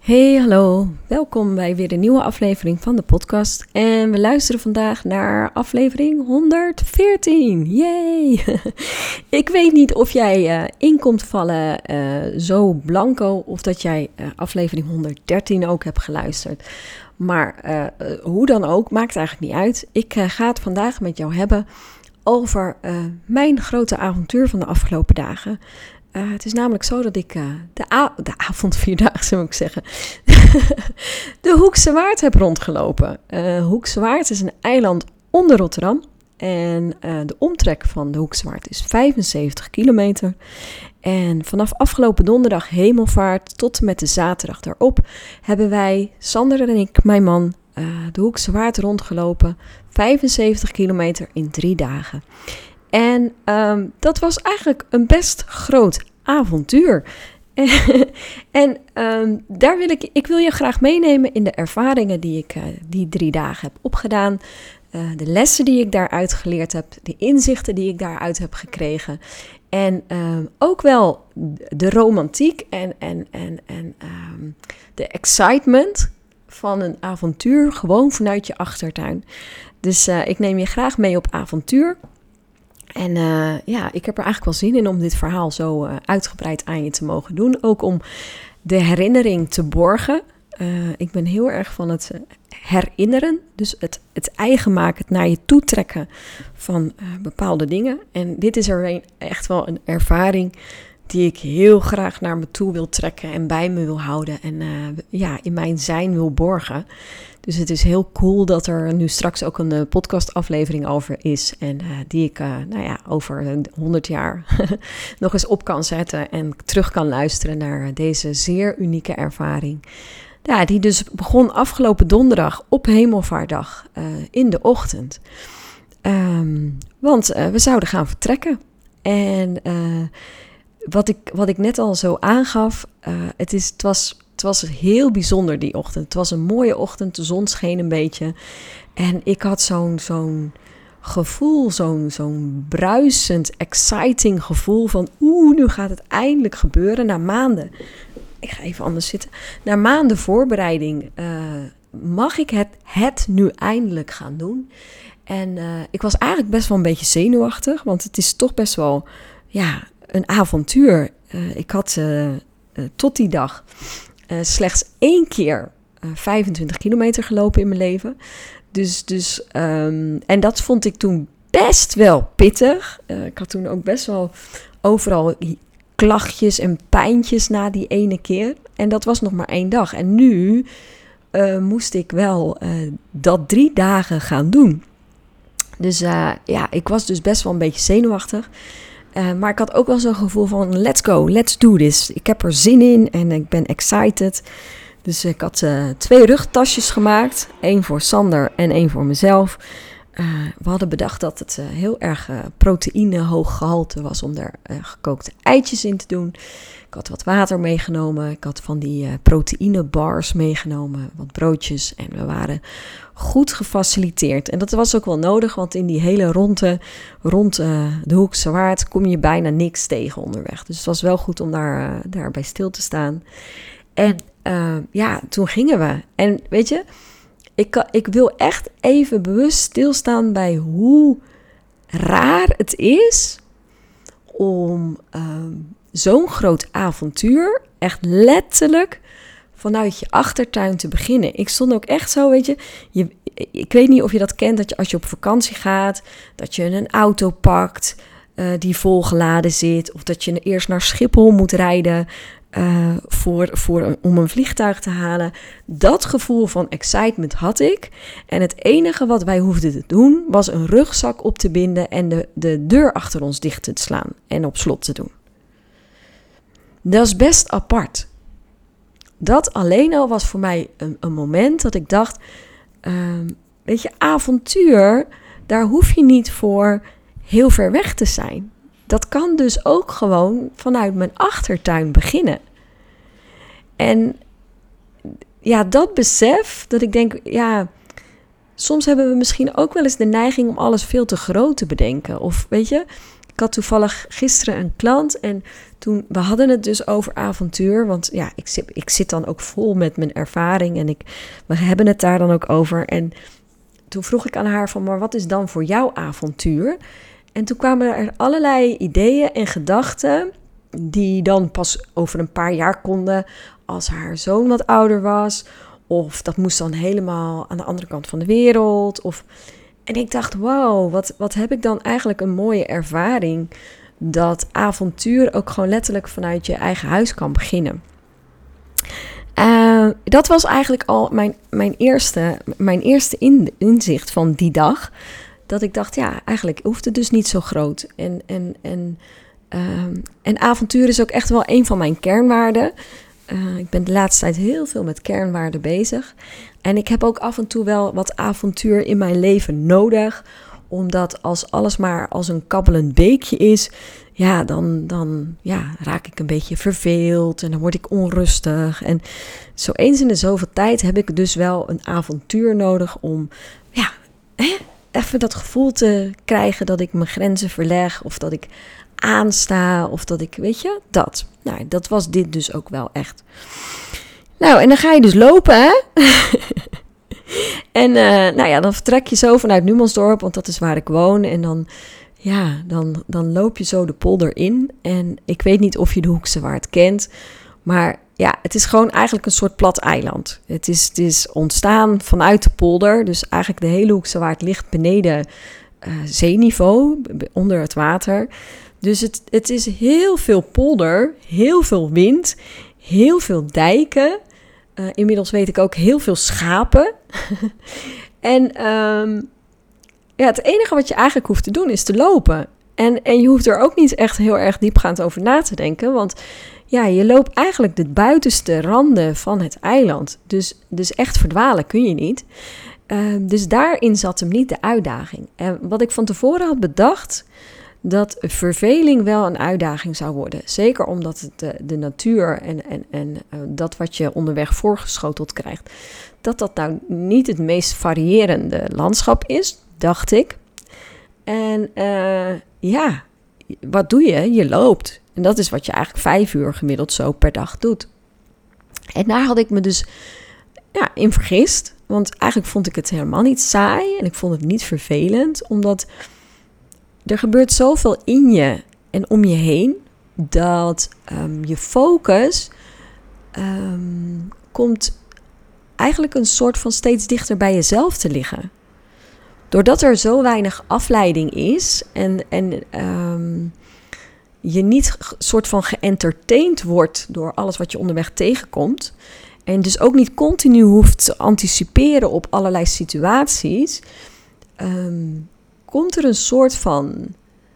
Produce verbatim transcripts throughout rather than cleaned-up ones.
Hey, hallo. Welkom bij weer een nieuwe aflevering van de podcast. En we luisteren vandaag naar aflevering honderdveertien. Yay! Ik weet niet of jij uh, in komt vallen uh, zo blanco of dat jij uh, aflevering honderddertien ook hebt geluisterd. Maar uh, uh, hoe dan ook, maakt eigenlijk niet uit. Ik uh, ga het vandaag met jou hebben over uh, mijn grote avontuur van de afgelopen dagen. Uh, het is namelijk zo dat ik uh, de, a- de avondvierdaagse, moet ik zeggen, de Hoekse Waard heb rondgelopen. Uh, Hoekse Waard is een eiland onder Rotterdam en uh, de omtrek van de Hoekse Waard is vijfenzeventig kilometer. En vanaf afgelopen donderdag hemelvaart tot en met de zaterdag daarop hebben wij, Sander en ik, mijn man, uh, de Hoekse Waard rondgelopen. vijfenzeventig kilometer in drie dagen. En um, dat was eigenlijk een best groot avontuur. en um, daar wil ik, ik wil je graag meenemen in de ervaringen die ik uh, die drie dagen heb opgedaan. Uh, de lessen die ik daaruit geleerd heb. De inzichten die ik daaruit heb gekregen. En um, ook wel de romantiek en, en, en, en um, de excitement van een avontuur. Gewoon vanuit je achtertuin. Dus uh, ik neem je graag mee op avontuur. En uh, ja, ik heb er eigenlijk wel zin in om dit verhaal zo uh, uitgebreid aan je te mogen doen. Ook om de herinnering te borgen. Uh, ik ben heel erg van het herinneren. Dus het, het eigen maken, het naar je toe trekken van uh, bepaalde dingen. En dit is er een, echt wel een ervaring die ik heel graag naar me toe wil trekken en bij me wil houden. En uh, ja, in mijn zijn wil borgen. Dus het is heel cool dat er nu straks ook een uh, podcastaflevering over is. En uh, die ik uh, nou ja, over honderd jaar nog eens op kan zetten. En terug kan luisteren naar deze zeer unieke ervaring. Ja, die dus begon afgelopen donderdag op Hemelvaartdag uh, in de ochtend. Um, want uh, we zouden gaan vertrekken. En uh, wat, ik, wat ik net al zo aangaf, uh, het, is, het was... Het was heel bijzonder die ochtend. Het was een mooie ochtend, de zon scheen een beetje. En ik had zo'n, zo'n gevoel, zo'n, zo'n bruisend, exciting gevoel van... Oeh, nu gaat het eindelijk gebeuren na maanden. Ik ga even anders zitten. Na maanden voorbereiding uh, mag ik het, het nu eindelijk gaan doen. En uh, ik was eigenlijk best wel een beetje zenuwachtig. Want het is toch best wel ja, een avontuur. Uh, ik had uh, uh, tot die dag... Uh, slechts één keer uh, vijfentwintig kilometer gelopen in mijn leven. Dus, dus, um, en dat vond ik toen best wel pittig. Uh, ik had toen ook best wel overal klachtjes en pijntjes na die ene keer. En dat was nog maar één dag. En nu uh, moest ik wel uh, dat drie dagen gaan doen. Dus uh, ja, ik was dus best wel een beetje zenuwachtig. Uh, maar ik had ook wel zo'n gevoel van let's go, let's do this. Ik heb er zin in en ik ben excited. Dus ik had uh, twee rugtasjes gemaakt. Één voor Sander en één voor mezelf. Uh, we hadden bedacht dat het uh, heel erg uh, proteïne hoog gehalte was om daar uh, gekookte eitjes in te doen. Ik had wat water meegenomen. Ik had van die uh, proteïne bars meegenomen. Wat broodjes. En we waren goed gefaciliteerd. En dat was ook wel nodig. Want in die hele ronde rond uh, de Hoekse Waard kom je bijna niks tegen onderweg. Dus het was wel goed om daar, uh, daarbij stil te staan. En uh, ja, toen gingen we. En weet je, ik, ik wil echt even bewust stilstaan bij hoe raar het is om uh, zo'n groot avontuur echt letterlijk vanuit je achtertuin te beginnen. Ik stond ook echt zo, weet je, je, ik weet niet of je dat kent, dat je als je op vakantie gaat, dat je een auto pakt uh, die volgeladen zit, of dat je eerst naar Schiphol moet rijden uh, voor, voor, om een vliegtuig te halen. Dat gevoel van excitement had ik. En het enige wat wij hoefden te doen, was een rugzak op te binden en de, de deur achter ons dicht te slaan en op slot te doen. Dat is best apart. Dat alleen al was voor mij een, een moment dat ik dacht, uh, weet je, avontuur, daar hoef je niet voor heel ver weg te zijn. Dat kan dus ook gewoon vanuit mijn achtertuin beginnen. En ja, dat besef, dat ik denk, ja, soms hebben we misschien ook wel eens de neiging om alles veel te groot te bedenken. Of weet je, Ik had toevallig gisteren een klant en toen, we hadden het dus over avontuur. Want ja, ik zit, ik zit dan ook vol met mijn ervaring en ik, we hebben het daar dan ook over. En toen vroeg ik aan haar van, maar wat is dan voor jou avontuur? En toen kwamen er allerlei ideeën en gedachten die dan pas over een paar jaar konden als haar zoon wat ouder was. Of dat moest dan helemaal aan de andere kant van de wereld. Of... En ik dacht, wow, wat, wat heb ik dan eigenlijk een mooie ervaring dat avontuur ook gewoon letterlijk vanuit je eigen huis kan beginnen. Uh, dat was eigenlijk al mijn, mijn eerste, mijn eerste in, inzicht van die dag. Dat ik dacht, ja, eigenlijk hoeft het dus niet zo groot. En, en, en, uh, en avontuur is ook echt wel een van mijn kernwaarden. Uh, ik ben de laatste tijd heel veel met kernwaarden bezig. En ik heb ook af en toe wel wat avontuur in mijn leven nodig. Omdat als alles maar als een kabbelend beekje is, ja, dan, dan ja, raak ik een beetje verveeld en dan word ik onrustig. En zo eens in de zoveel tijd heb ik dus wel een avontuur nodig om, ja, hè, even dat gevoel te krijgen dat ik mijn grenzen verleg of dat ik aansta of dat ik, weet je, dat. Nou, dat was dit dus ook wel echt. Nou, en dan ga je dus lopen, hè? En uh, nou ja, dan vertrek je zo vanuit Numansdorp, want dat is waar ik woon. En dan, ja, dan, dan loop je zo de polder in. En ik weet niet of je de Hoekse Waard kent, maar ja, het is gewoon eigenlijk een soort plat eiland. Het is, het is ontstaan vanuit de polder, dus eigenlijk de hele Hoekse Waard ligt beneden uh, zeeniveau, onder het water. Dus het, het is heel veel polder, heel veel wind, heel veel dijken. Uh, inmiddels weet ik ook heel veel schapen. en um, ja, het enige wat je eigenlijk hoeft te doen is te lopen. En, en je hoeft er ook niet echt heel erg diepgaand over na te denken. Want ja, je loopt eigenlijk de buitenste randen van het eiland. Dus, dus echt verdwalen kun je niet. Uh, dus daarin zat hem niet de uitdaging. En wat ik van tevoren had bedacht, dat verveling wel een uitdaging zou worden. Zeker omdat het de, de natuur en, en, en uh, dat wat je onderweg voorgeschoteld krijgt, dat dat nou niet het meest variërende landschap is, dacht ik. En uh, ja, wat doe je? Je loopt. En dat is wat je eigenlijk vijf uur gemiddeld zo per dag doet. En daar had ik me dus ja, in vergist. Want eigenlijk vond ik het helemaal niet saai en ik vond het niet vervelend, omdat er gebeurt zoveel in je en om je heen, dat um, je focus um, komt eigenlijk een soort van steeds dichter bij jezelf te liggen. Doordat er zo weinig afleiding is en, en um, je niet soort van geëntertained wordt door alles wat je onderweg tegenkomt, en dus ook niet continu hoeft te anticiperen op allerlei situaties, um, komt er een soort van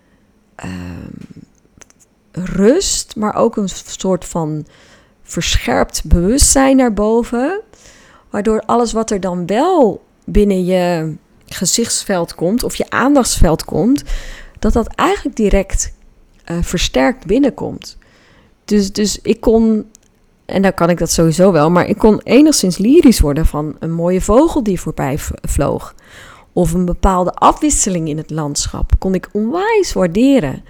um, rust, maar ook een soort van verscherpt bewustzijn naar boven, waardoor alles wat er dan wel binnen je gezichtsveld komt, of je aandachtsveld komt, dat dat eigenlijk direct uh, versterkt binnenkomt. Dus, dus ik kon, en dan kan ik dat sowieso wel, maar ik kon enigszins lyrisch worden van een mooie vogel die voorbij vloog. Of een bepaalde afwisseling in het landschap kon ik onwijs waarderen.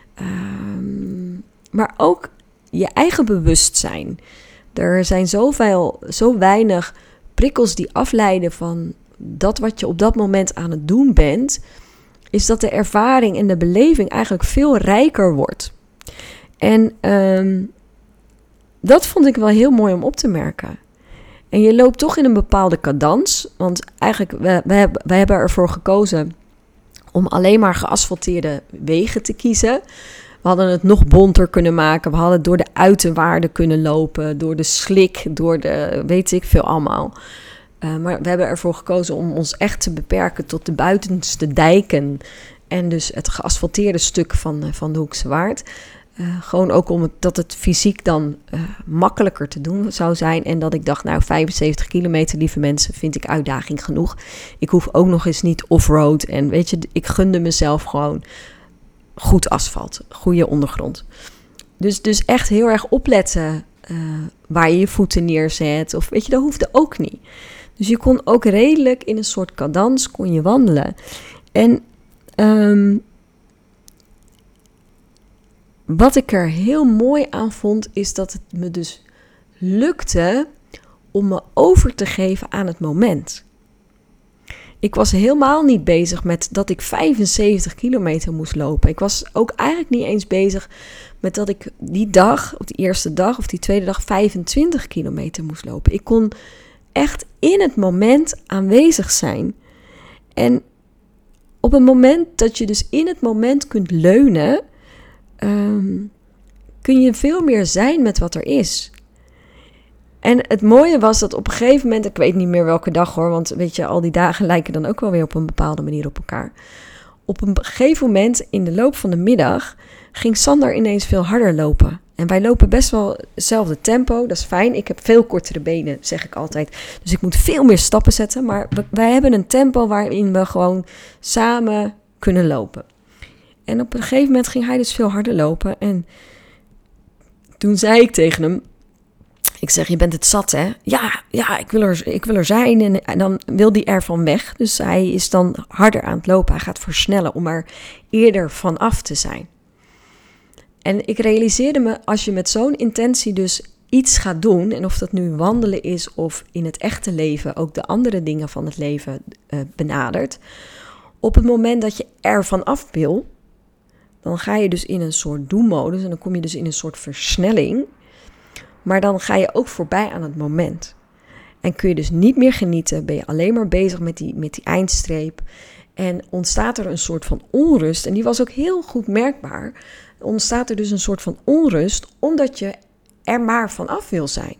Um, maar ook je eigen bewustzijn. Er zijn zoveel, zo weinig prikkels die afleiden van dat wat je op dat moment aan het doen bent, is dat de ervaring en de beleving eigenlijk veel rijker wordt. En um, dat vond ik wel heel mooi om op te merken. En je loopt toch in een bepaalde cadans. Want eigenlijk, wij, wij, wij hebben ervoor gekozen om alleen maar geasfalteerde wegen te kiezen. We hadden het nog bonter kunnen maken. We hadden door de uiterwaarden kunnen lopen. Door de slik, door de weet ik veel allemaal. Uh, maar we hebben ervoor gekozen om ons echt te beperken tot de buitenste dijken. En dus het geasfalteerde stuk van, van de Hoekse Waard. Uh, gewoon ook omdat het, het fysiek dan uh, makkelijker te doen zou zijn. En dat ik dacht, nou, vijfenzeventig kilometer, lieve mensen, vind ik uitdaging genoeg. Ik hoef ook nog eens niet off-road. En weet je, ik gunde mezelf gewoon goed asfalt, goede ondergrond. Dus, dus echt heel erg opletten uh, waar je je voeten neerzet. Of weet je, dat hoefde ook niet. Dus je kon ook redelijk in een soort cadans kon je wandelen. En um, wat ik er heel mooi aan vond, is dat het me dus lukte om me over te geven aan het moment. Ik was helemaal niet bezig met dat ik vijfenzeventig kilometer moest lopen. Ik was ook eigenlijk niet eens bezig met dat ik die dag, of die eerste dag of die tweede dag vijfentwintig kilometer moest lopen. Ik kon echt in het moment aanwezig zijn. En op het moment dat je dus in het moment kunt leunen, um, kun je veel meer zijn met wat er is. En het mooie was dat op een gegeven moment, ik weet niet meer welke dag hoor, want weet je, al die dagen lijken dan ook wel weer op een bepaalde manier op elkaar. Op een gegeven moment in de loop van de middag ging Sander ineens veel harder lopen. En wij lopen best wel hetzelfde tempo, dat is fijn. Ik heb veel kortere benen, zeg ik altijd. Dus ik moet veel meer stappen zetten, maar wij hebben een tempo waarin we gewoon samen kunnen lopen. En op een gegeven moment ging hij dus veel harder lopen. En toen zei ik tegen hem, ik zeg, je bent het zat, hè? Ja, ja, ik wil er, ik wil er zijn. En, en dan wil hij ervan weg. Dus hij is dan harder aan het lopen. Hij gaat versnellen om er eerder vanaf te zijn. En ik realiseerde me, als je met zo'n intentie dus iets gaat doen, en of dat nu wandelen is of in het echte leven ook de andere dingen van het leven uh, benadert, op het moment dat je er vanaf wil, dan ga je dus in een soort do-modus en dan kom je dus in een soort versnelling. Maar dan ga je ook voorbij aan het moment. En kun je dus niet meer genieten, ben je alleen maar bezig met die, met die eindstreep. En ontstaat er een soort van onrust, en die was ook heel goed merkbaar. Ontstaat er dus een soort van onrust, omdat je er maar vanaf wil zijn.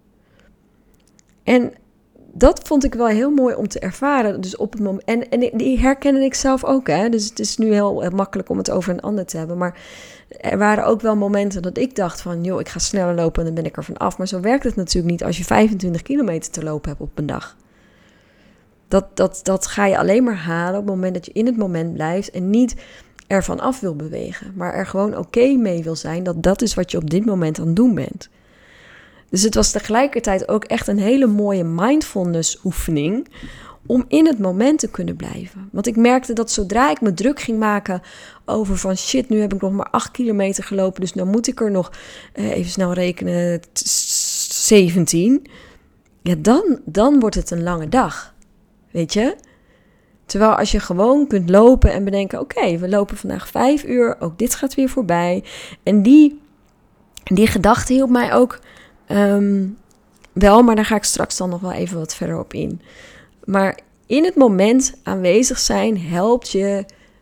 En dat vond ik wel heel mooi om te ervaren. Dus op het moment, en, en die herkende ik zelf ook, hè. Dus het is nu heel, heel makkelijk om het over een ander te hebben. Maar er waren ook wel momenten dat ik dacht van, joh, ik ga sneller lopen en dan ben ik er van af. Maar zo werkt het natuurlijk niet als je vijfentwintig kilometer te lopen hebt op een dag. Dat, dat, dat ga je alleen maar halen op het moment dat je in het moment blijft en niet ervan af wil bewegen. Maar er gewoon oké okay mee wil zijn dat dat is wat je op dit moment aan het doen bent. Dus het was tegelijkertijd ook echt een hele mooie mindfulness oefening om in het moment te kunnen blijven. Want ik merkte dat zodra ik me druk ging maken over van shit, nu heb ik nog maar acht kilometer gelopen, dus nou moet ik er nog, eh, even snel rekenen, zeventien. Ja, dan, dan wordt het een lange dag. Weet je? Terwijl als je gewoon kunt lopen en bedenken, oké, okay, we lopen vandaag vijf uur, ook dit gaat weer voorbij. En die, die gedachte hielp mij ook um, wel, maar daar ga ik straks dan nog wel even wat verder op in. Maar in het moment aanwezig zijn helpt je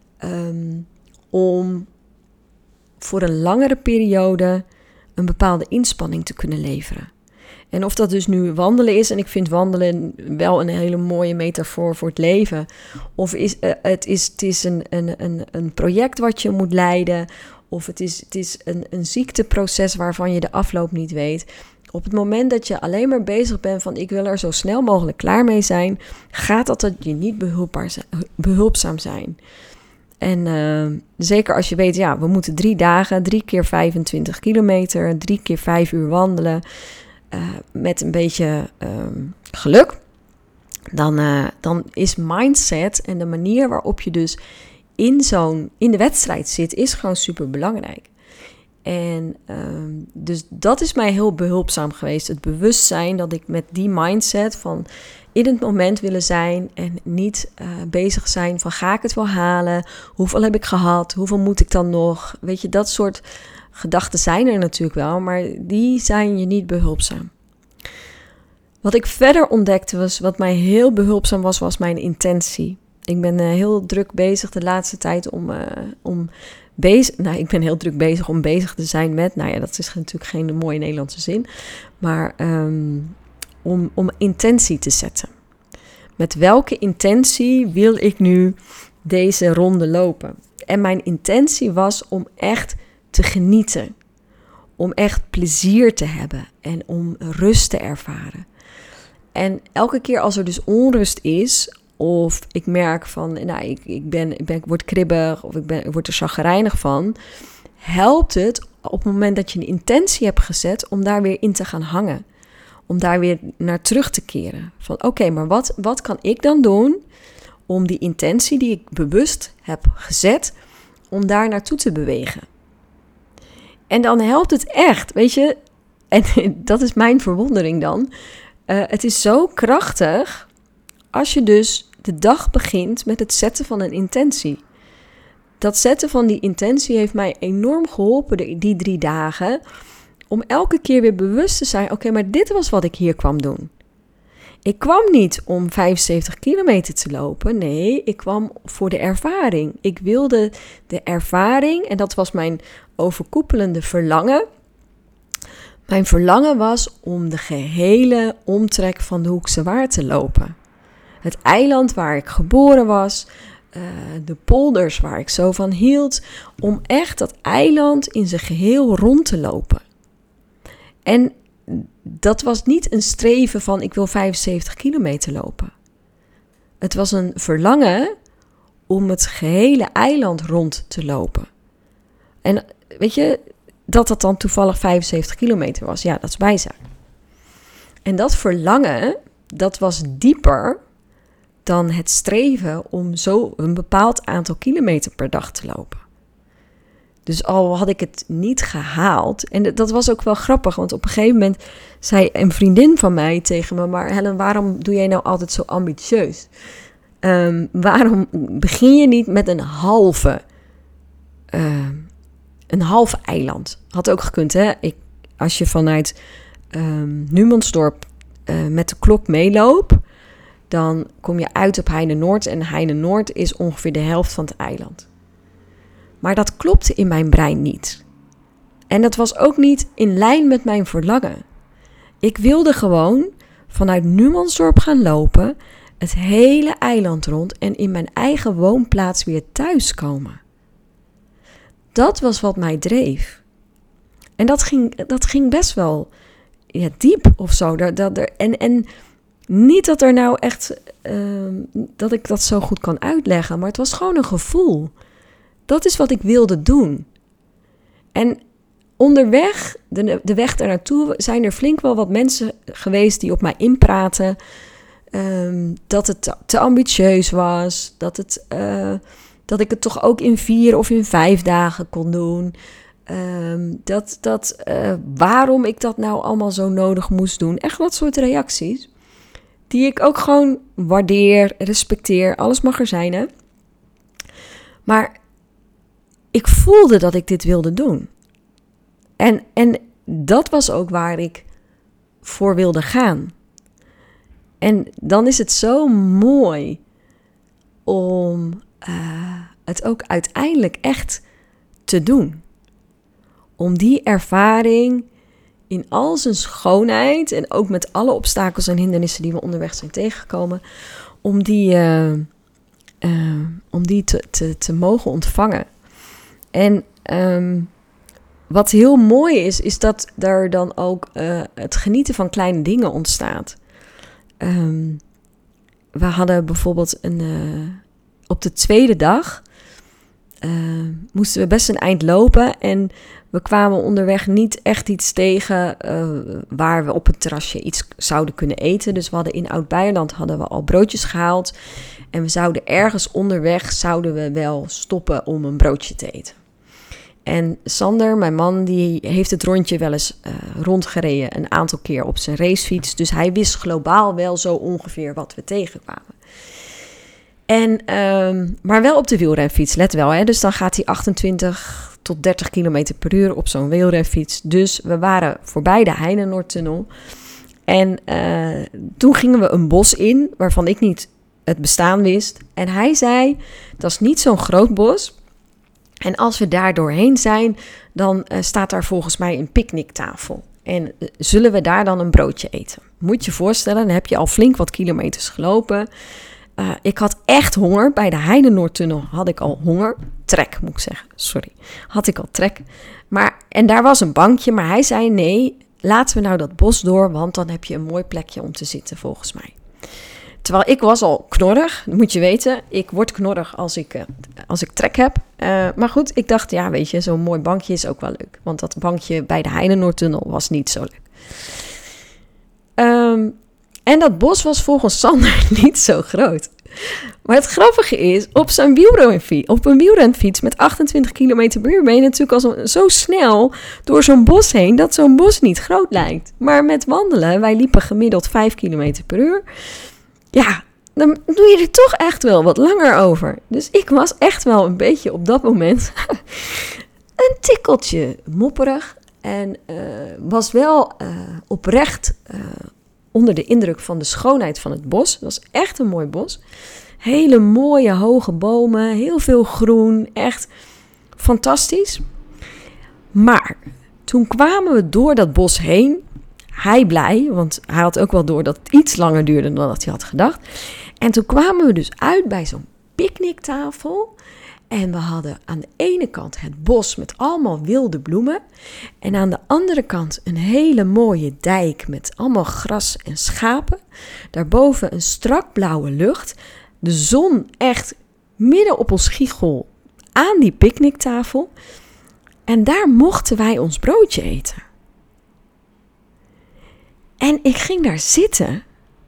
um, om voor een langere periode een bepaalde inspanning te kunnen leveren. En of dat dus nu wandelen is, en ik vind wandelen wel een hele mooie metafoor voor het leven. Of is, uh, het is, het is een, een, een, een project wat je moet leiden. Of het is, het is een, een ziekteproces waarvan je de afloop niet weet. Op het moment dat je alleen maar bezig bent van ik wil er zo snel mogelijk klaar mee zijn, gaat dat je niet behulpbaar zijn, behulpzaam zijn. En uh, zeker als je weet, ja, we moeten drie dagen, drie keer vijfentwintig kilometer, drie keer vijf uur wandelen. Uh, met een beetje um, geluk, dan, uh, dan is mindset en de manier waarop je dus in, zo'n, in de wedstrijd zit, is gewoon super belangrijk. En um, dus dat is mij heel behulpzaam geweest. Het bewustzijn dat ik met die mindset van in het moment willen zijn en niet uh, bezig zijn van ga ik het wel halen? Hoeveel heb ik gehad? Hoeveel moet ik dan nog? Weet je, dat soort gedachten zijn er natuurlijk wel, maar die zijn je niet behulpzaam. Wat ik verder ontdekte was, wat mij heel behulpzaam was, was mijn intentie. Ik ben uh, heel druk bezig de laatste tijd om, uh, om bezig, nou ik ben heel druk bezig om bezig te zijn met, nou ja, dat is natuurlijk geen mooie Nederlandse zin, maar um, om, om intentie te zetten. Met welke intentie wil ik nu deze ronde lopen? En mijn intentie was om echt te genieten. Om echt plezier te hebben en om rust te ervaren. En elke keer als er dus onrust is, of ik merk van, nou, ik, ik, ben, ik, ben, ik word kribbig of ik, ben, ik word er chagrijnig van, helpt het op het moment dat je een intentie hebt gezet om daar weer in te gaan hangen. Om daar weer naar terug te keren. Van oké, okay, maar wat, wat kan ik dan doen om die intentie die ik bewust heb gezet, om daar naartoe te bewegen? En dan helpt het echt, weet je. En dat is mijn verwondering dan. Uh, het is zo krachtig als je dus de dag begint met het zetten van een intentie. Dat zetten van die intentie heeft mij enorm geholpen die, die drie dagen. Om elke keer weer bewust te zijn, oké, okay, maar dit was wat ik hier kwam doen. Ik kwam niet om vijfenzeventig kilometer te lopen. Nee, ik kwam voor de ervaring. Ik wilde de ervaring en dat was mijn overkoepelende verlangen. Mijn verlangen was om de gehele omtrek van de Hoekse Waard te lopen. Het eiland waar ik geboren was, uh, de polders waar ik zo van hield, om echt dat eiland in zijn geheel rond te lopen. En dat was niet een streven van ik wil vijfenzeventig kilometer lopen. Het was een verlangen om het gehele eiland rond te lopen. En weet je, dat dat dan toevallig vijfenzeventig kilometer was, ja, dat is bijzaak. En dat verlangen, dat was dieper dan het streven om zo een bepaald aantal kilometer per dag te lopen. Dus al had ik het niet gehaald, en dat was ook wel grappig, want op een gegeven moment zei een vriendin van mij tegen me, maar Helen, waarom doe jij nou altijd zo ambitieus? Um, waarom begin je niet met een halve, uh, een half eiland? Had ook gekund, hè? Ik, als je vanuit um, Numansdorp uh, met de klok meeloopt, dan kom je uit op Heine Noord en Heine Noord is ongeveer de helft van het eiland. Maar dat klopte in mijn brein niet. En dat was ook niet in lijn met mijn verlangen. Ik wilde gewoon vanuit Numansdorp gaan lopen, het hele eiland rond en in mijn eigen woonplaats weer thuiskomen. Dat was wat mij dreef. En dat ging, dat ging best wel ja, diep of zo. Dat, dat, en, en niet dat er nou echt, uh, dat ik dat zo goed kan uitleggen, maar het was gewoon een gevoel. Dat is wat ik wilde doen. En onderweg, de, de weg daar naartoe, zijn er flink wel wat mensen geweest die op mij inpraten. Um, dat het te, te ambitieus was. Dat, het, uh, dat ik het toch ook in vier of in vijf dagen kon doen. Um, dat, dat, uh, waarom ik dat nou allemaal zo nodig moest doen. Echt dat soort reacties. Die ik ook gewoon waardeer, respecteer. Alles mag er zijn, hè. Maar ik voelde dat ik dit wilde doen. En, en dat was ook waar ik voor wilde gaan. En dan is het zo mooi om uh, het ook uiteindelijk echt te doen. Om die ervaring in al zijn schoonheid en ook met alle obstakels en hindernissen die we onderweg zijn tegengekomen, om die, uh, uh, om die te, te, te mogen ontvangen. En um, wat heel mooi is, is dat er dan ook uh, het genieten van kleine dingen ontstaat. Um, we hadden bijvoorbeeld een, uh, op de tweede dag uh, moesten we best een eind lopen en we kwamen onderweg niet echt iets tegen uh, waar we op het terrasje iets zouden kunnen eten. Dus we hadden in Oud-Beierland hadden we al broodjes gehaald en we zouden ergens onderweg zouden we wel stoppen om een broodje te eten. En Sander, mijn man, die heeft het rondje wel eens uh, rondgereden een aantal keer op zijn racefiets. Dus hij wist globaal wel zo ongeveer wat we tegenkwamen. En, um, maar wel op de wielrenfiets, let wel. Hè? Dus dan gaat hij achtentwintig tot dertig kilometer per uur op zo'n wielrenfiets. Dus we waren voorbij de Heine Noordtunnel. En uh, toen gingen we een bos in, waarvan ik niet het bestaan wist. En hij zei, dat is niet zo'n groot bos. En als we daar doorheen zijn, dan uh, staat daar volgens mij een picknicktafel. En uh, zullen we daar dan een broodje eten? Moet je je voorstellen, dan heb je al flink wat kilometers gelopen. Uh, ik had echt honger. Bij de Heine Noordtunnel had ik al honger. Trek, moet ik zeggen. Sorry. Had ik al trek. Maar, en daar was een bankje, maar hij zei nee, laten we nou dat bos door, want dan heb je een mooi plekje om te zitten volgens mij. Terwijl ik was al knorrig, moet je weten. Ik word knorrig als ik, uh, als ik trek heb. Uh, maar goed, ik dacht, ja, weet je, zo'n mooi bankje is ook wel leuk. Want dat bankje bij de Heine Noordtunnel was niet zo leuk. Um, en dat bos was volgens Sander niet zo groot. Maar het grappige is, op, zo'n wielrenfiets, op een wielrenfiets met achtentwintig kilometer per uur ben je natuurlijk al zo, zo snel door zo'n bos heen dat zo'n bos niet groot lijkt. Maar met wandelen, wij liepen gemiddeld vijf kilometer per uur. Ja, dan doe je er toch echt wel wat langer over. Dus ik was echt wel een beetje op dat moment een tikkeltje mopperig. En uh, was wel uh, oprecht uh, onder de indruk van de schoonheid van het bos. Het was echt een mooi bos. Hele mooie hoge bomen, heel veel groen, echt fantastisch. Maar toen kwamen we door dat bos heen. Hij blij, want hij had ook wel door dat het iets langer duurde dan dat hij had gedacht. En toen kwamen we dus uit bij zo'n picknicktafel. En we hadden aan de ene kant het bos met allemaal wilde bloemen. En aan de andere kant een hele mooie dijk met allemaal gras en schapen. Daarboven een strak blauwe lucht. De zon echt midden op ons giegel aan die picknicktafel. En daar mochten wij ons broodje eten. En ik ging daar zitten.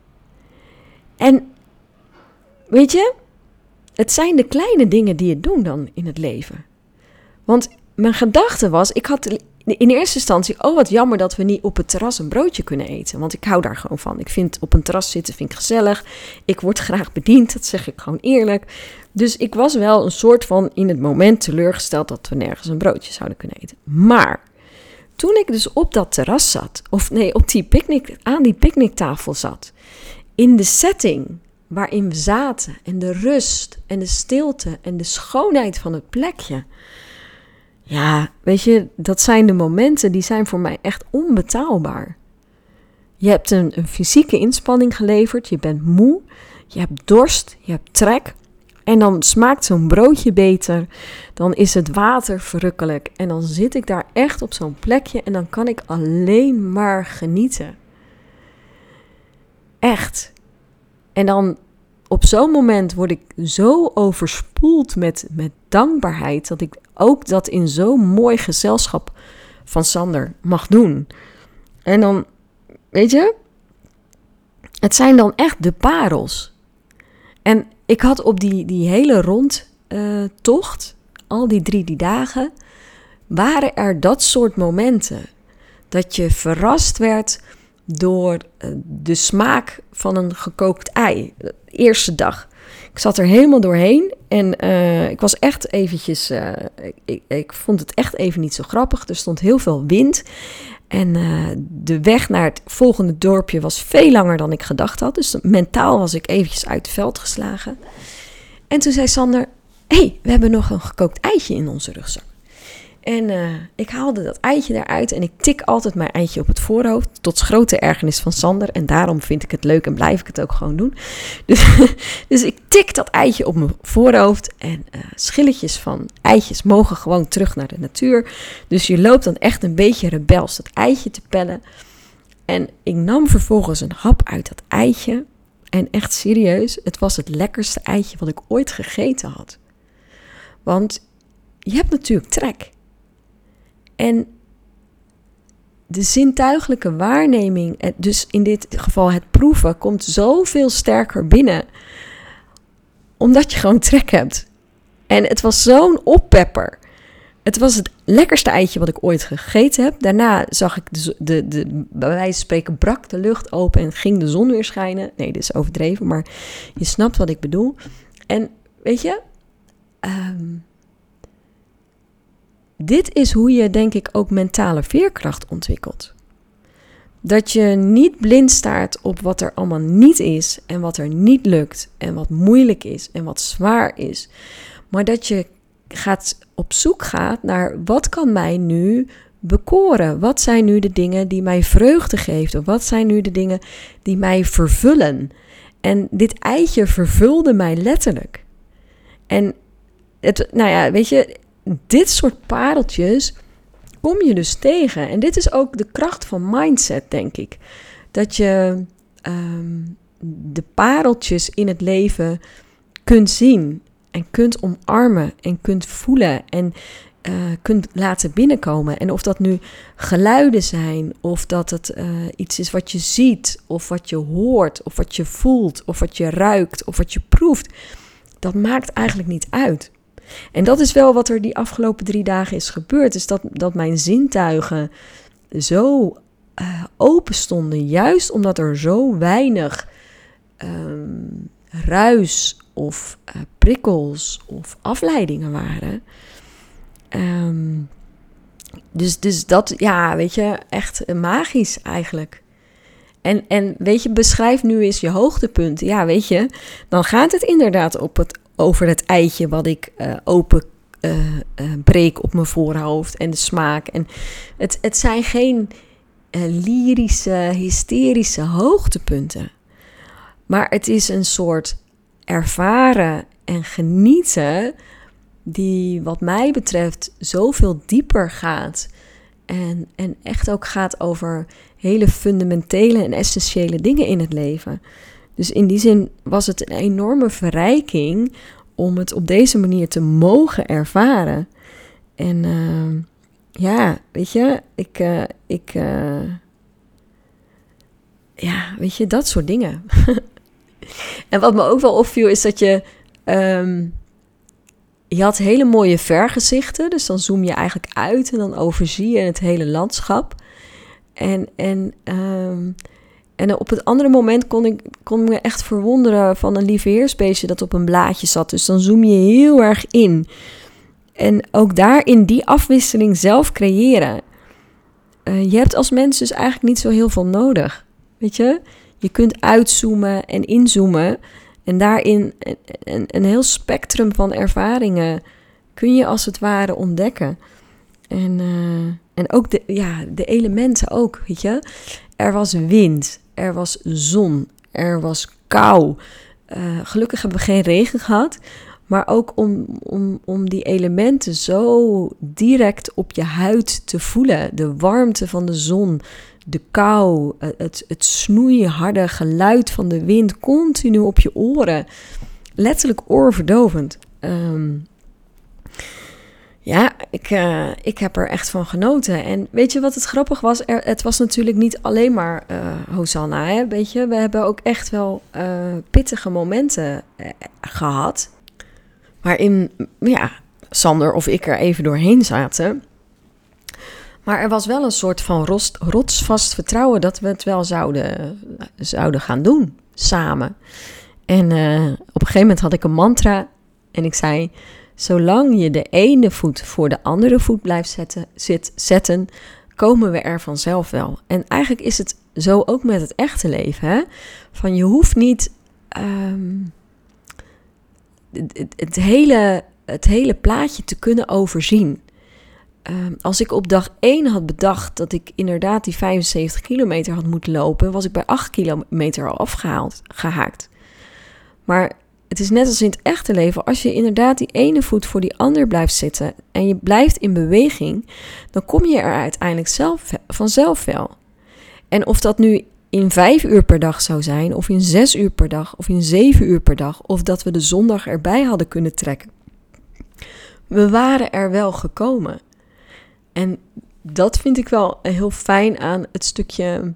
En weet je, het zijn de kleine dingen die je doen dan in het leven. Want mijn gedachte was, ik had in eerste instantie, oh wat jammer dat we niet op het terras een broodje kunnen eten. Want ik hou daar gewoon van. Ik vind op een terras zitten vind ik gezellig. Ik word graag bediend, dat zeg ik gewoon eerlijk. Dus ik was wel een soort van in het moment teleurgesteld dat we nergens een broodje zouden kunnen eten. Maar toen ik dus op dat terras zat, of nee, op die picknick, aan die picknicktafel zat, in de setting waarin we zaten en de rust en de stilte en de schoonheid van het plekje. Ja, weet je, dat zijn de momenten die zijn voor mij echt onbetaalbaar. Je hebt een, een fysieke inspanning geleverd, je bent moe, je hebt dorst, je hebt trek. En dan smaakt zo'n broodje beter, dan is het water verrukkelijk. En dan zit ik daar echt op zo'n plekje en dan kan ik alleen maar genieten. Echt. En dan op zo'n moment word ik zo overspoeld met, met dankbaarheid, dat ik ook dat in zo'n mooi gezelschap van Sander mag doen. En dan, weet je, het zijn dan echt de parels. En ik had op die, die hele rondtocht, uh, al die drie die dagen, waren er dat soort momenten. Dat je verrast werd door uh, de smaak van een gekookt ei. De eerste dag. Ik zat er helemaal doorheen en uh, ik was echt eventjes, uh, ik, ik vond het echt even niet zo grappig. Er stond heel veel wind. En uh, de weg naar het volgende dorpje was veel langer dan ik gedacht had. Dus mentaal was ik eventjes uit het veld geslagen. En toen zei Sander, hé, hey, we hebben nog een gekookt eitje in onze rugzak. En uh, ik haalde dat eitje eruit en ik tik altijd mijn eitje op het voorhoofd. Tot grote ergernis van Sander. En daarom vind ik het leuk en blijf ik het ook gewoon doen. Dus, dus ik tik dat eitje op mijn voorhoofd. En uh, schilletjes van eitjes mogen gewoon terug naar de natuur. Dus je loopt dan echt een beetje rebels dat eitje te pellen. En ik nam vervolgens een hap uit dat eitje. En echt serieus, het was het lekkerste eitje wat ik ooit gegeten had. Want je hebt natuurlijk trek. En de zintuigelijke waarneming, dus in dit geval het proeven, komt zoveel sterker binnen. Omdat je gewoon trek hebt. En het was zo'n oppepper. Het was het lekkerste eitje wat ik ooit gegeten heb. Daarna zag ik, de, de, de, bij wijze van spreken, brak de lucht open en ging de zon weer schijnen. Nee, dit is overdreven, maar je snapt wat ik bedoel. En weet je, Um, dit is hoe je, denk ik, ook mentale veerkracht ontwikkelt. Dat je niet blind staart op wat er allemaal niet is en wat er niet lukt en wat moeilijk is en wat zwaar is. Maar dat je gaat op zoek gaat naar wat kan mij nu bekoren? Wat zijn nu de dingen die mij vreugde geven? Of wat zijn nu de dingen die mij vervullen? En dit eitje vervulde mij letterlijk. En het, nou ja, weet je, dit soort pareltjes kom je dus tegen. En dit is ook de kracht van mindset, denk ik. Dat je um, de pareltjes in het leven kunt zien en kunt omarmen en kunt voelen en uh, kunt laten binnenkomen. En of dat nu geluiden zijn, of dat het uh, iets is wat je ziet, of wat je hoort, of wat je voelt, of wat je ruikt, of wat je proeft. dat maakt eigenlijk niet uit. En dat is wel wat er die afgelopen drie dagen is gebeurd. Is dat, dat mijn zintuigen zo uh, open stonden. Juist omdat er zo weinig um, ruis of uh, prikkels of afleidingen waren. Um, dus, dus dat, ja, weet je, echt magisch eigenlijk. En, en weet je, beschrijf nu eens je hoogtepunt. Ja, weet je, dan gaat het inderdaad op het, over het eitje wat ik uh, open uh, uh, breek op mijn voorhoofd en de smaak. En het, het zijn geen uh, lyrische, hysterische hoogtepunten. Maar het is een soort ervaren en genieten die wat mij betreft zoveel dieper gaat. En, en echt ook gaat over hele fundamentele en essentiële dingen in het leven. Dus in die zin was het een enorme verrijking om het op deze manier te mogen ervaren. En uh, ja, weet je, ik, uh, ik uh, ja, weet je, dat soort dingen. En wat me ook wel opviel is dat je, um, je had hele mooie vergezichten. Dus dan zoom je eigenlijk uit en dan overzie je het hele landschap. En, en, um, en op het andere moment kon ik, kon ik me echt verwonderen van een lieveheersbeestje dat op een blaadje zat. Dus dan zoom je heel erg in. En ook daarin die afwisseling zelf creëren. Uh, je hebt als mens dus eigenlijk niet zo heel veel nodig. Weet je? Je kunt uitzoomen en inzoomen. En daarin een, een, een heel spectrum van ervaringen kun je als het ware ontdekken. En, uh, en ook de, ja, de elementen ook, weet je. Er was wind, er was zon, er was kou. Uh, gelukkig hebben we geen regen gehad. Maar ook om, om, om die elementen zo direct op je huid te voelen. De warmte van de zon, de kou, het, het snoeiharde geluid van de wind continu op je oren. Letterlijk oorverdovend. Um, ja, ik, uh, ik heb er echt van genoten. En weet je wat het grappig was? Er, het was natuurlijk niet alleen maar uh, Hosanna. Hè? Weet je? We hebben ook echt wel uh, pittige momenten uh, gehad. Waarin ja, Sander of ik er even doorheen zaten. Maar er was wel een soort van rost, rotsvast vertrouwen dat we het wel zouden, zouden gaan doen, samen. En uh, op een gegeven moment had ik een mantra en ik zei, zolang je de ene voet voor de andere voet blijft zetten, zit, zetten, komen we er vanzelf wel. En eigenlijk is het zo ook met het echte leven. Hè? Van je hoeft niet um, het, het, hele, het hele plaatje te kunnen overzien. Um, als ik op dag één had bedacht dat ik inderdaad die vijfenzeventig kilometer had moeten lopen, was ik bij acht kilometer al afgehaald, gehaakt. Maar het is net als in het echte leven, als je inderdaad die ene voet voor die ander blijft zitten en je blijft in beweging, dan kom je er uiteindelijk zelf, vanzelf wel. En of dat nu in vijf uur per dag zou zijn, of in zes uur per dag, of in zeven uur per dag, of dat we de zondag erbij hadden kunnen trekken. We waren er wel gekomen. En dat vind ik wel heel fijn aan het stukje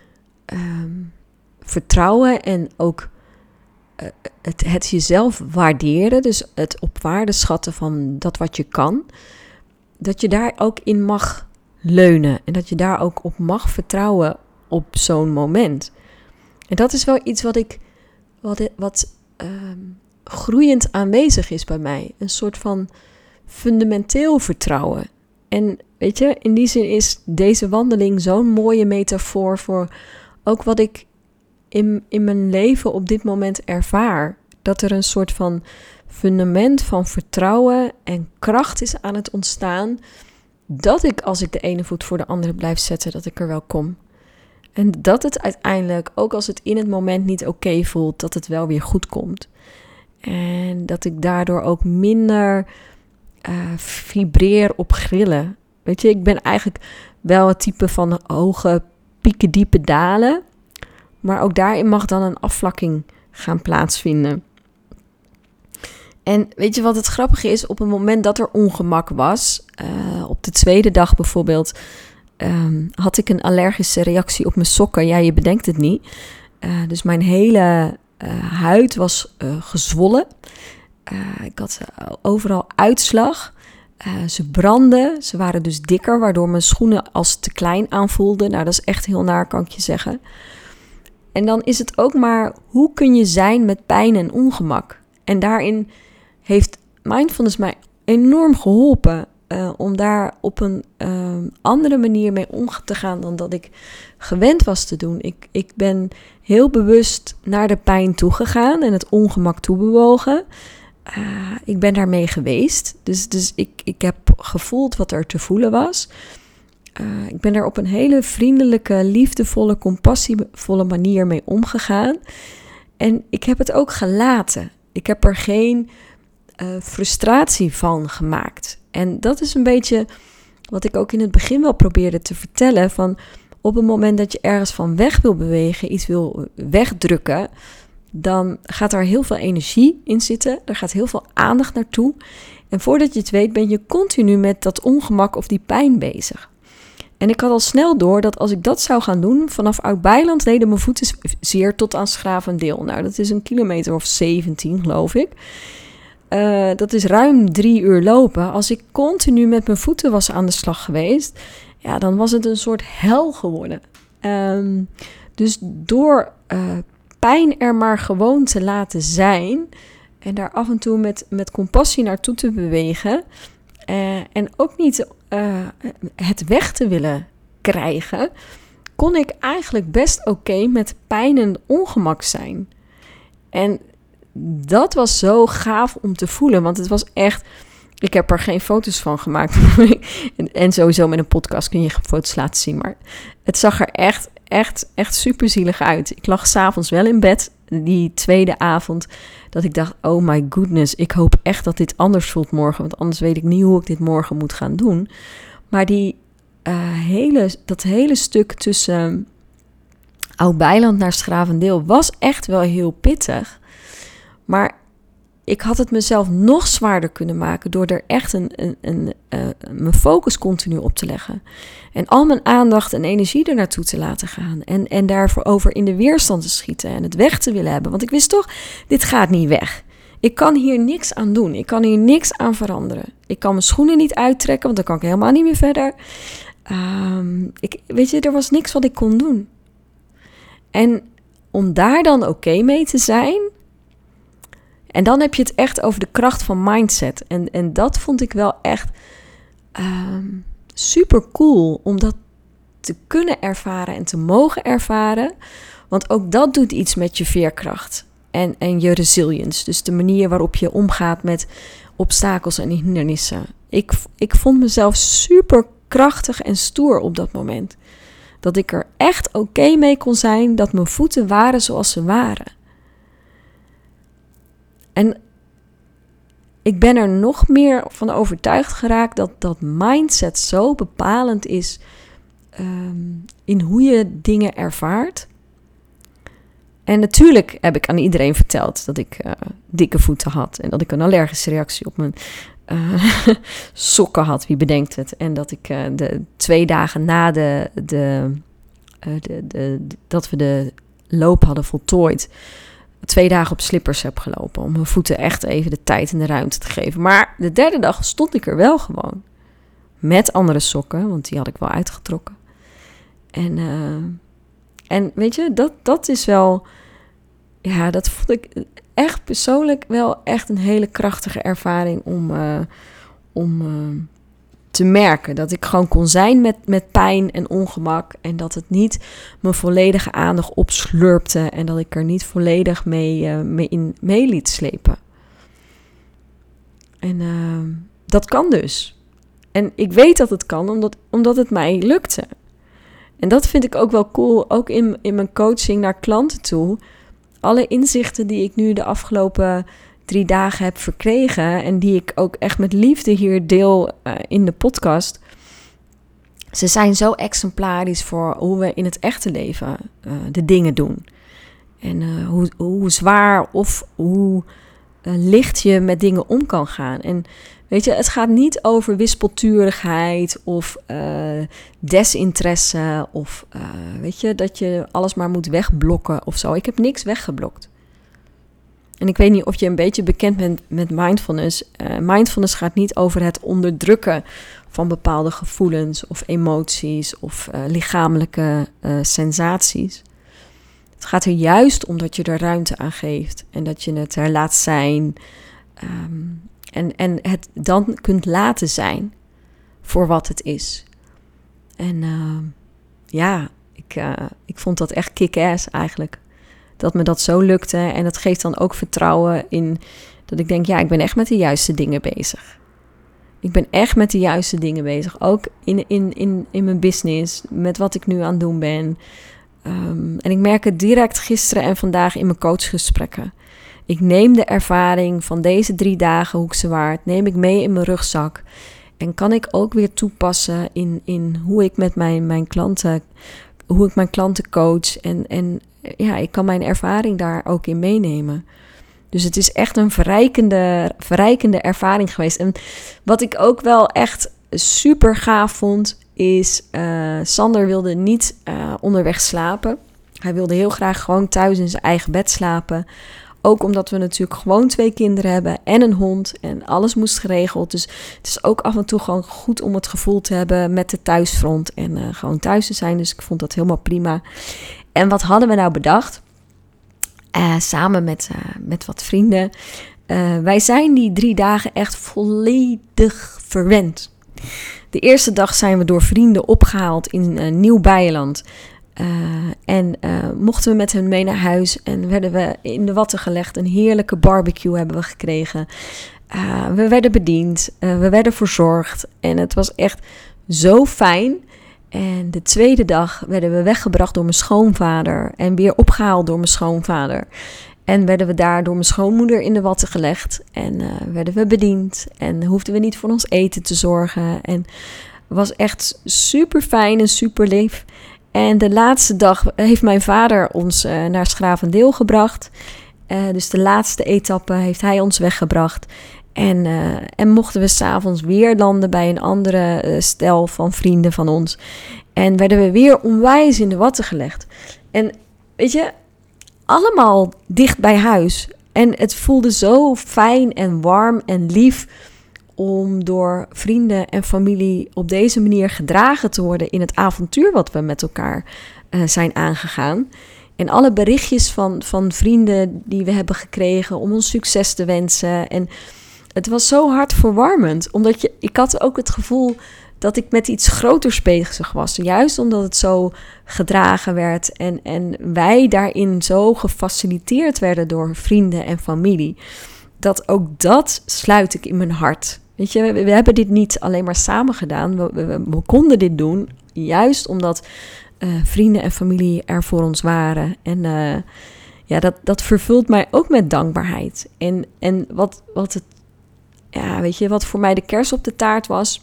um, vertrouwen en ook uh, het, het jezelf waarderen. Dus het op waarde schatten van dat wat je kan. Dat je daar ook in mag leunen en dat je daar ook op mag vertrouwen op zo'n moment. En dat is wel iets wat ik wat, wat um, groeiend aanwezig is bij mij. Een soort van fundamenteel vertrouwen. En weet je, in die zin is deze wandeling zo'n mooie metafoor voor ook wat ik in, in mijn leven op dit moment ervaar. Dat er een soort van fundament van vertrouwen en kracht is aan het ontstaan. Dat ik, als ik de ene voet voor de andere blijf zetten, dat ik er wel kom. En dat het uiteindelijk, ook als het in het moment niet oké voelt, dat het wel weer goed komt. En dat ik daardoor ook minder uh, vibreer op grillen. Weet je, ik ben eigenlijk wel het type van hoge pieken, diepe dalen. Maar ook daarin mag dan een afvlakking gaan plaatsvinden. En weet je wat het grappige is? Op het moment dat er ongemak was, uh, op de tweede dag bijvoorbeeld, um, had ik een allergische reactie op mijn sokken. Ja, je bedenkt het niet. Uh, dus mijn hele uh, huid was uh, gezwollen. Uh, ik had overal uitslag. Uh, ze brandden. Ze waren dus dikker, waardoor mijn schoenen als te klein aanvoelden. Nou, dat is echt heel naar, kan ik je zeggen. En dan is het ook maar, hoe kun je zijn met pijn en ongemak? En daarin heeft mindfulness mij enorm geholpen uh, om daar op een uh, andere manier mee om te gaan dan dat ik gewend was te doen. Ik, ik ben heel bewust naar de pijn toegegaan en het ongemak toebewogen. Uh, ik ben daarmee geweest. Dus, dus ik, ik heb gevoeld wat er te voelen was. Uh, ik ben er op een hele vriendelijke, liefdevolle, compassievolle manier mee omgegaan. En ik heb het ook gelaten. Ik heb er geen uh, frustratie van gemaakt. En dat is een beetje wat ik ook in het begin wel probeerde te vertellen. Van op het moment dat je ergens van weg wil bewegen, iets wil wegdrukken, dan gaat er heel veel energie in zitten. Er gaat heel veel aandacht naartoe. En voordat je het weet ben je continu met dat ongemak of die pijn bezig. En ik had al snel door dat als ik dat zou gaan doen, vanaf Oud-Beiland deden mijn voeten zeer tot aan Schravendeel. Nou, dat is een kilometer of zeventien, geloof ik. Uh, dat is ruim drie uur lopen. Als ik continu met mijn voeten was aan de slag geweest, ja, dan was het een soort hel geworden. Um, dus door uh, pijn er maar gewoon te laten zijn en daar af en toe met, met compassie naartoe te bewegen uh, en ook niet uh, het weg te willen krijgen, kon ik eigenlijk best oké okay met pijn en ongemak zijn. En dat was zo gaaf om te voelen, want het was echt, ik heb er geen foto's van gemaakt. en, en sowieso met een podcast kun je foto's laten zien, maar het zag er echt, echt, echt super zielig uit. Ik lag 's avonds wel in bed, die tweede avond, dat ik dacht, oh my goodness, ik hoop echt dat dit anders voelt morgen, want anders weet ik niet hoe ik dit morgen moet gaan doen. Maar die uh, hele, dat hele stuk tussen Oud-Beiland naar Schravendeel was echt wel heel pittig. Maar ik had het mezelf nog zwaarder kunnen maken door er echt een, een, een, uh, mijn focus continu op te leggen. En al mijn aandacht en energie er naartoe te laten gaan. En, en daarvoor over in de weerstand te schieten en het weg te willen hebben. Want ik wist toch, dit gaat niet weg. Ik kan hier niks aan doen. Ik kan hier niks aan veranderen. Ik kan mijn schoenen niet uittrekken, want dan kan ik helemaal niet meer verder. Um, ik, weet je, er was niks wat ik kon doen. En om daar dan oké okay mee te zijn. En dan heb je het echt over de kracht van mindset. En, en dat vond ik wel echt um, super cool om dat te kunnen ervaren en te mogen ervaren. Want ook dat doet iets met je veerkracht en, en je resilience. Dus de manier waarop je omgaat met obstakels en hindernissen. Ik, ik vond mezelf super krachtig en stoer op dat moment. Dat ik er echt oké okay mee kon zijn dat mijn voeten waren zoals ze waren. En ik ben er nog meer van overtuigd geraakt dat dat mindset zo bepalend is um, in hoe je dingen ervaart. En natuurlijk heb ik aan iedereen verteld dat ik uh, dikke voeten had en dat ik een allergische reactie op mijn uh, sokken had. Wie bedenkt het? En dat ik uh, de twee dagen na de, de, uh, de, de, de, dat we de loop hadden voltooid, twee dagen op slippers heb gelopen. Om mijn voeten echt even de tijd en de ruimte te geven. Maar de derde dag stond ik er wel gewoon. Met andere sokken, want die had ik wel uitgetrokken. En, uh, en weet je, dat, dat is wel, ja, dat vond ik echt persoonlijk wel echt een hele krachtige ervaring om, uh, om uh, te merken. Dat ik gewoon kon zijn met, met pijn en ongemak. En dat het niet mijn volledige aandacht opslurpte. En dat ik er niet volledig mee, uh, mee, in, mee liet slepen. En uh, dat kan dus. En ik weet dat het kan, omdat, omdat het mij lukte. En dat vind ik ook wel cool, ook in, in mijn coaching naar klanten toe. Alle inzichten die ik nu de afgelopen drie dagen heb verkregen en die ik ook echt met liefde hier deel uh, in de podcast. Ze zijn zo exemplarisch voor hoe we in het echte leven uh, de dingen doen. En uh, hoe, hoe zwaar of hoe uh, licht je met dingen om kan gaan. En weet je, het gaat niet over wispelturigheid of uh, desinteresse of uh, weet je, dat je alles maar moet wegblokken of zo. Ik heb niks weggeblokt. En ik weet niet of je een beetje bekend bent met mindfulness. Uh, mindfulness gaat niet over het onderdrukken van bepaalde gevoelens of emoties of uh, lichamelijke uh, sensaties. Het gaat er juist om dat je er ruimte aan geeft en dat je het er laat zijn. Um, en, en het dan kunt laten zijn voor wat het is. En uh, ja, ik, uh, ik vond dat echt kick-ass eigenlijk. Dat me dat zo lukte. En dat geeft dan ook vertrouwen in dat ik denk, ja, ik ben echt met de juiste dingen bezig. Ik ben echt met de juiste dingen bezig. Ook in, in, in, in mijn business, met wat ik nu aan het doen ben. Um, en ik merk het direct gisteren en vandaag in mijn coachgesprekken. Ik neem de ervaring van deze drie dagen Hoekse Waard, neem ik mee in mijn rugzak. En kan ik ook weer toepassen in, in hoe ik met mijn, mijn klanten, hoe ik mijn klanten coach. En, en ja, ik kan mijn ervaring daar ook in meenemen. Dus het is echt een verrijkende, verrijkende ervaring geweest. En wat ik ook wel echt super gaaf vond, is uh, Sander wilde niet uh, onderweg slapen. Hij wilde heel graag gewoon thuis in zijn eigen bed slapen. Ook omdat we natuurlijk gewoon twee kinderen hebben en een hond en alles moest geregeld. Dus het is ook af en toe gewoon goed om het gevoel te hebben met de thuisfront en uh, gewoon thuis te zijn. Dus ik vond dat helemaal prima. En wat hadden we nou bedacht? Uh, samen met, uh, met wat vrienden. Uh, wij zijn die drie dagen echt volledig verwend. De eerste dag zijn we door vrienden opgehaald in uh, Nieuw-Beierland. Uh, en uh, mochten we met hen mee naar huis en werden we in de watten gelegd. Een heerlijke barbecue hebben we gekregen. Uh, we werden bediend, uh, we werden verzorgd en het was echt zo fijn. En de tweede dag werden we weggebracht door mijn schoonvader en weer opgehaald door mijn schoonvader. En werden we daar door mijn schoonmoeder in de watten gelegd en uh, werden we bediend en hoefden we niet voor ons eten te zorgen. En het was echt super fijn en super lief. En de laatste dag heeft mijn vader ons uh, naar 's Gravendeel gebracht. Uh, dus de laatste etappe heeft hij ons weggebracht. En, uh, en mochten we 's avonds weer landen bij een andere uh, stel van vrienden van ons. En werden we weer onwijs in de watten gelegd. En weet je, allemaal dicht bij huis. En het voelde zo fijn en warm en lief om door vrienden en familie op deze manier gedragen te worden in het avontuur wat we met elkaar uh, zijn aangegaan. En alle berichtjes van, van vrienden die we hebben gekregen om ons succes te wensen. En het was zo hartverwarmend, omdat je, ik had ook het gevoel dat ik met iets groters bezig was. Juist omdat het zo gedragen werd en, en wij daarin zo gefaciliteerd werden door vrienden en familie. Dat ook dat sluit ik in mijn hart. Weet je, we, we hebben dit niet alleen maar samen gedaan. We, we, we konden dit doen juist omdat uh, vrienden en familie er voor ons waren. En uh, ja, dat, dat vervult mij ook met dankbaarheid. En, en wat, wat het, ja, weet je, wat voor mij de kers op de taart was.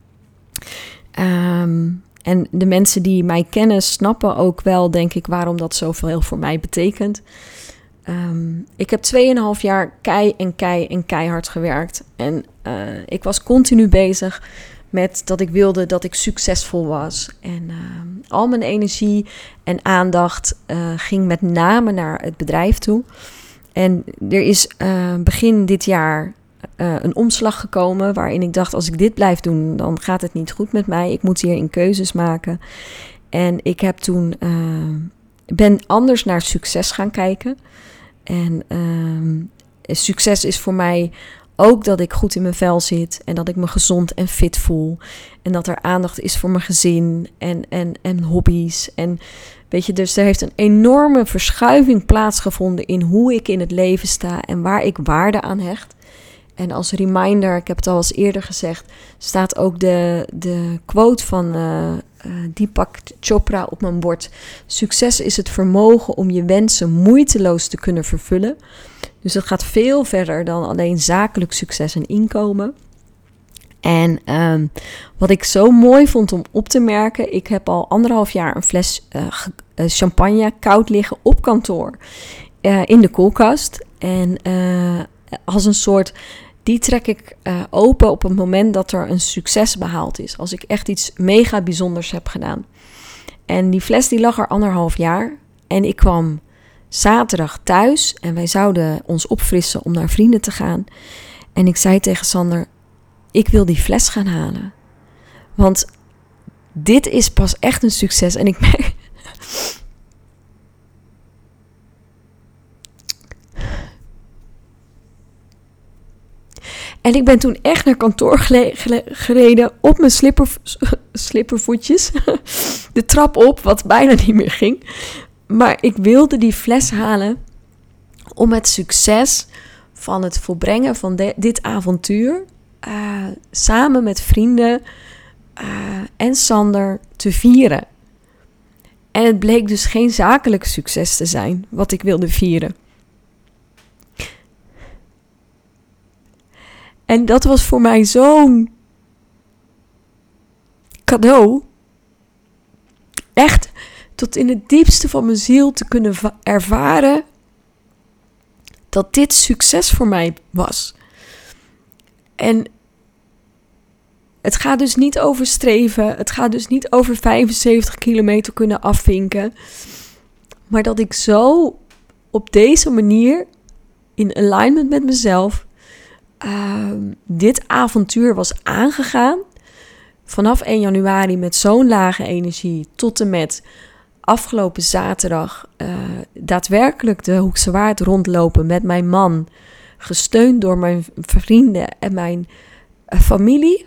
Um, en de mensen die mij kennen snappen ook wel, denk ik, waarom dat zoveel voor mij betekent. Um, ik heb tweeënhalf jaar kei en kei en keihard gewerkt. En uh, ik was continu bezig met dat ik wilde dat ik succesvol was. En uh, al mijn energie en aandacht uh, ging met name naar het bedrijf toe. En er is uh, begin dit jaar uh, een omslag gekomen waarin ik dacht, als ik dit blijf doen, dan gaat het niet goed met mij. Ik moet hierin keuzes maken. En ik heb toen uh, ben anders naar succes gaan kijken. En uh, succes is voor mij ook dat ik goed in mijn vel zit en dat ik me gezond en fit voel. En dat er aandacht is voor mijn gezin en, en, en hobby's. En weet je, dus er heeft een enorme verschuiving plaatsgevonden in hoe ik in het leven sta en waar ik waarde aan hecht. En als reminder, ik heb het al eens eerder gezegd, staat ook de, de quote van uh, uh, Deepak Chopra op mijn bord. Succes is het vermogen om je wensen moeiteloos te kunnen vervullen. Dus dat gaat veel verder dan alleen zakelijk succes en inkomen. En um, wat ik zo mooi vond om op te merken, ik heb al anderhalf jaar een fles uh, champagne koud liggen op kantoor uh, in de koelkast. En uh, als een soort, die trek ik uh, open op het moment dat er een succes behaald is. Als ik echt iets mega bijzonders heb gedaan. En die fles die lag er anderhalf jaar. En ik kwam zaterdag thuis en wij zouden ons opfrissen om naar vrienden te gaan. En ik zei tegen Sander, ik wil die fles gaan halen. Want dit is pas echt een succes. En ik merk... En ik ben toen echt naar kantoor gele- gele- gereden op mijn slipper, slippervoetjes. De trap op, wat bijna niet meer ging. Maar ik wilde die fles halen om het succes van het volbrengen van de, dit avontuur uh, samen met vrienden uh, en Sander te vieren. En het bleek dus geen zakelijk succes te zijn wat ik wilde vieren. En dat was voor mij zo'n cadeau. Echt tot in het diepste van mijn ziel te kunnen va- ervaren dat dit succes voor mij was. En het gaat dus niet over streven. Het gaat dus niet over vijfenzeventig kilometer kunnen afvinken. Maar dat ik zo op deze manier in alignment met mezelf Uh, dit avontuur was aangegaan. Vanaf één januari met zo'n lage energie tot en met afgelopen zaterdag uh, daadwerkelijk de Hoekse Waard rondlopen met mijn man. Gesteund door mijn vrienden en mijn uh, familie.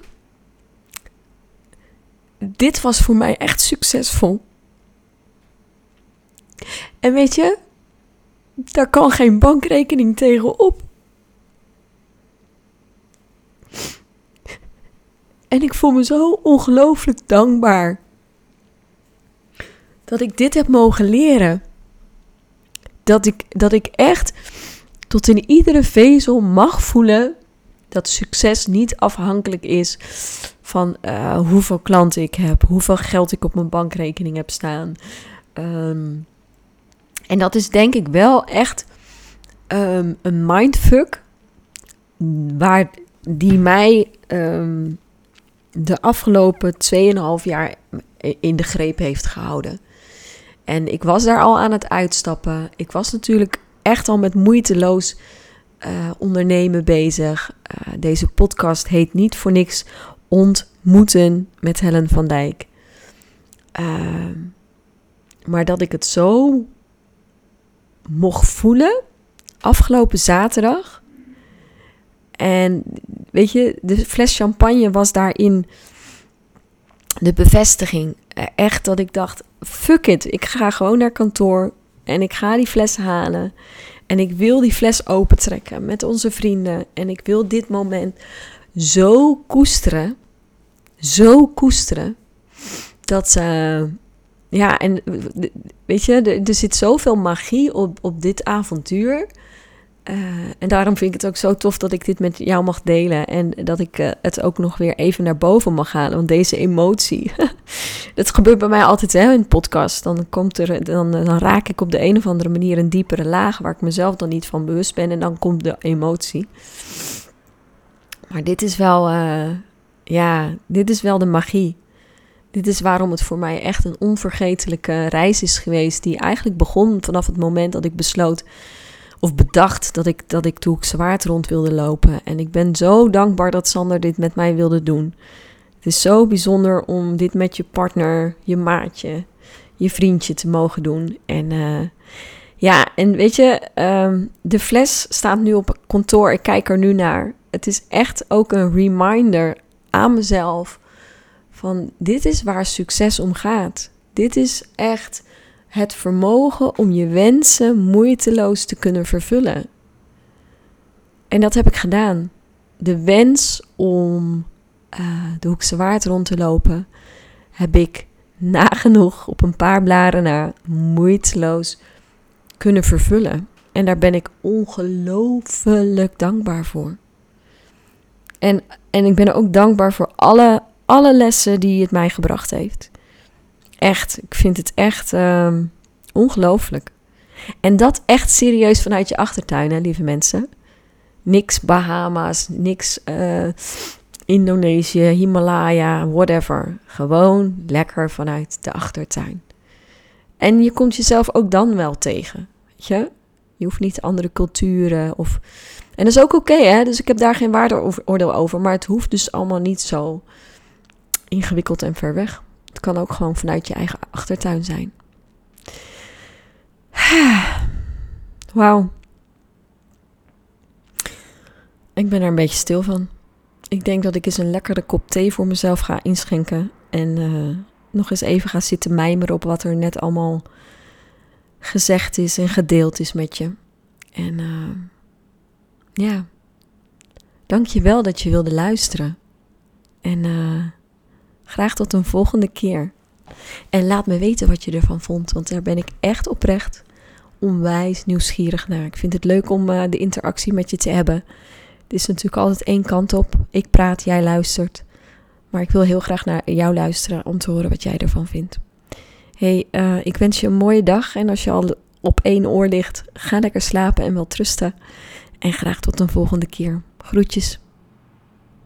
Dit was voor mij echt succesvol. En weet je, daar kan geen bankrekening tegen op. En ik voel me zo ongelooflijk dankbaar dat ik dit heb mogen leren. Dat ik, dat ik echt tot in iedere vezel mag voelen dat succes niet afhankelijk is van uh, hoeveel klanten ik heb, hoeveel geld ik op mijn bankrekening heb staan. Um, en dat is denk ik wel echt um, een mindfuck waar die mij um, de afgelopen tweeënhalf jaar in de greep heeft gehouden. En ik was daar al aan het uitstappen. Ik was natuurlijk echt al met moeiteloos uh, ondernemen bezig. Uh, deze podcast heet niet voor niks Ontmoeten met Helen van Dijk. Uh, maar dat ik het zo mocht voelen afgelopen zaterdag. En weet je, de fles champagne was daarin de bevestiging. Echt dat ik dacht, fuck it, ik ga gewoon naar kantoor en ik ga die fles halen. En ik wil die fles opentrekken met onze vrienden. En ik wil dit moment zo koesteren, zo koesteren, dat, uh, ja, en weet je, er, er zit zoveel magie op, op dit avontuur. Uh, en daarom vind ik het ook zo tof dat ik dit met jou mag delen. En dat ik uh, het ook nog weer even naar boven mag halen. Want deze emotie, dat gebeurt bij mij altijd hè, in een podcast. Dan, komt er, dan, dan raak ik op de een of andere manier een diepere laag waar ik mezelf dan niet van bewust ben. En dan komt de emotie. Maar dit is wel, uh, ja, dit is wel de magie. Dit is waarom het voor mij echt een onvergetelijke reis is geweest. Die eigenlijk begon vanaf het moment dat ik besloot... Of bedacht dat ik, dat ik de Hoekse Waard rond wilde lopen. En ik ben zo dankbaar dat Sander dit met mij wilde doen. Het is zo bijzonder om dit met je partner, je maatje, je vriendje te mogen doen. En uh, ja, en weet je, um, de fles staat nu op kantoor. Ik kijk er nu naar. Het is echt ook een reminder aan mezelf. Van dit is waar succes om gaat. Dit is echt... het vermogen om je wensen moeiteloos te kunnen vervullen. En dat heb ik gedaan. De wens om uh, de Hoekse Waard rond te lopen... heb ik nagenoeg op een paar blaren na moeiteloos kunnen vervullen. En daar ben ik ongelooflijk dankbaar voor. En, en ik ben ook dankbaar voor alle, alle lessen die het mij gebracht heeft. Echt, ik vind het echt uh, ongelooflijk. En dat echt serieus vanuit je achtertuin, hè, lieve mensen. Niks Bahama's, niks uh, Indonesië, Himalaya, whatever. Gewoon lekker vanuit de achtertuin. En je komt jezelf ook dan wel tegen. Weet je? Je hoeft niet andere culturen of... En dat is ook oké, hè? Dus ik heb daar geen waardeoordeel over. Maar het hoeft dus allemaal niet zo ingewikkeld en ver weg. Het kan ook gewoon vanuit je eigen achtertuin zijn. Wauw. Ik ben er een beetje stil van. Ik denk dat ik eens een lekkere kop thee voor mezelf ga inschenken. En uh, nog eens even ga zitten mijmeren op wat er net allemaal gezegd is en gedeeld is met je. En uh, ja, dank je wel dat je wilde luisteren. En uh, graag tot een volgende keer. En laat me weten wat je ervan vond, want daar ben ik echt oprecht onwijs nieuwsgierig naar. Ik vind het leuk om uh, de interactie met je te hebben. Het is natuurlijk altijd één kant op. Ik praat, jij luistert. Maar ik wil heel graag naar jou luisteren om te horen wat jij ervan vindt. Hey, uh, ik wens je een mooie dag. En als je al op één oor ligt, ga lekker slapen en wel trusten. En graag tot een volgende keer. Groetjes.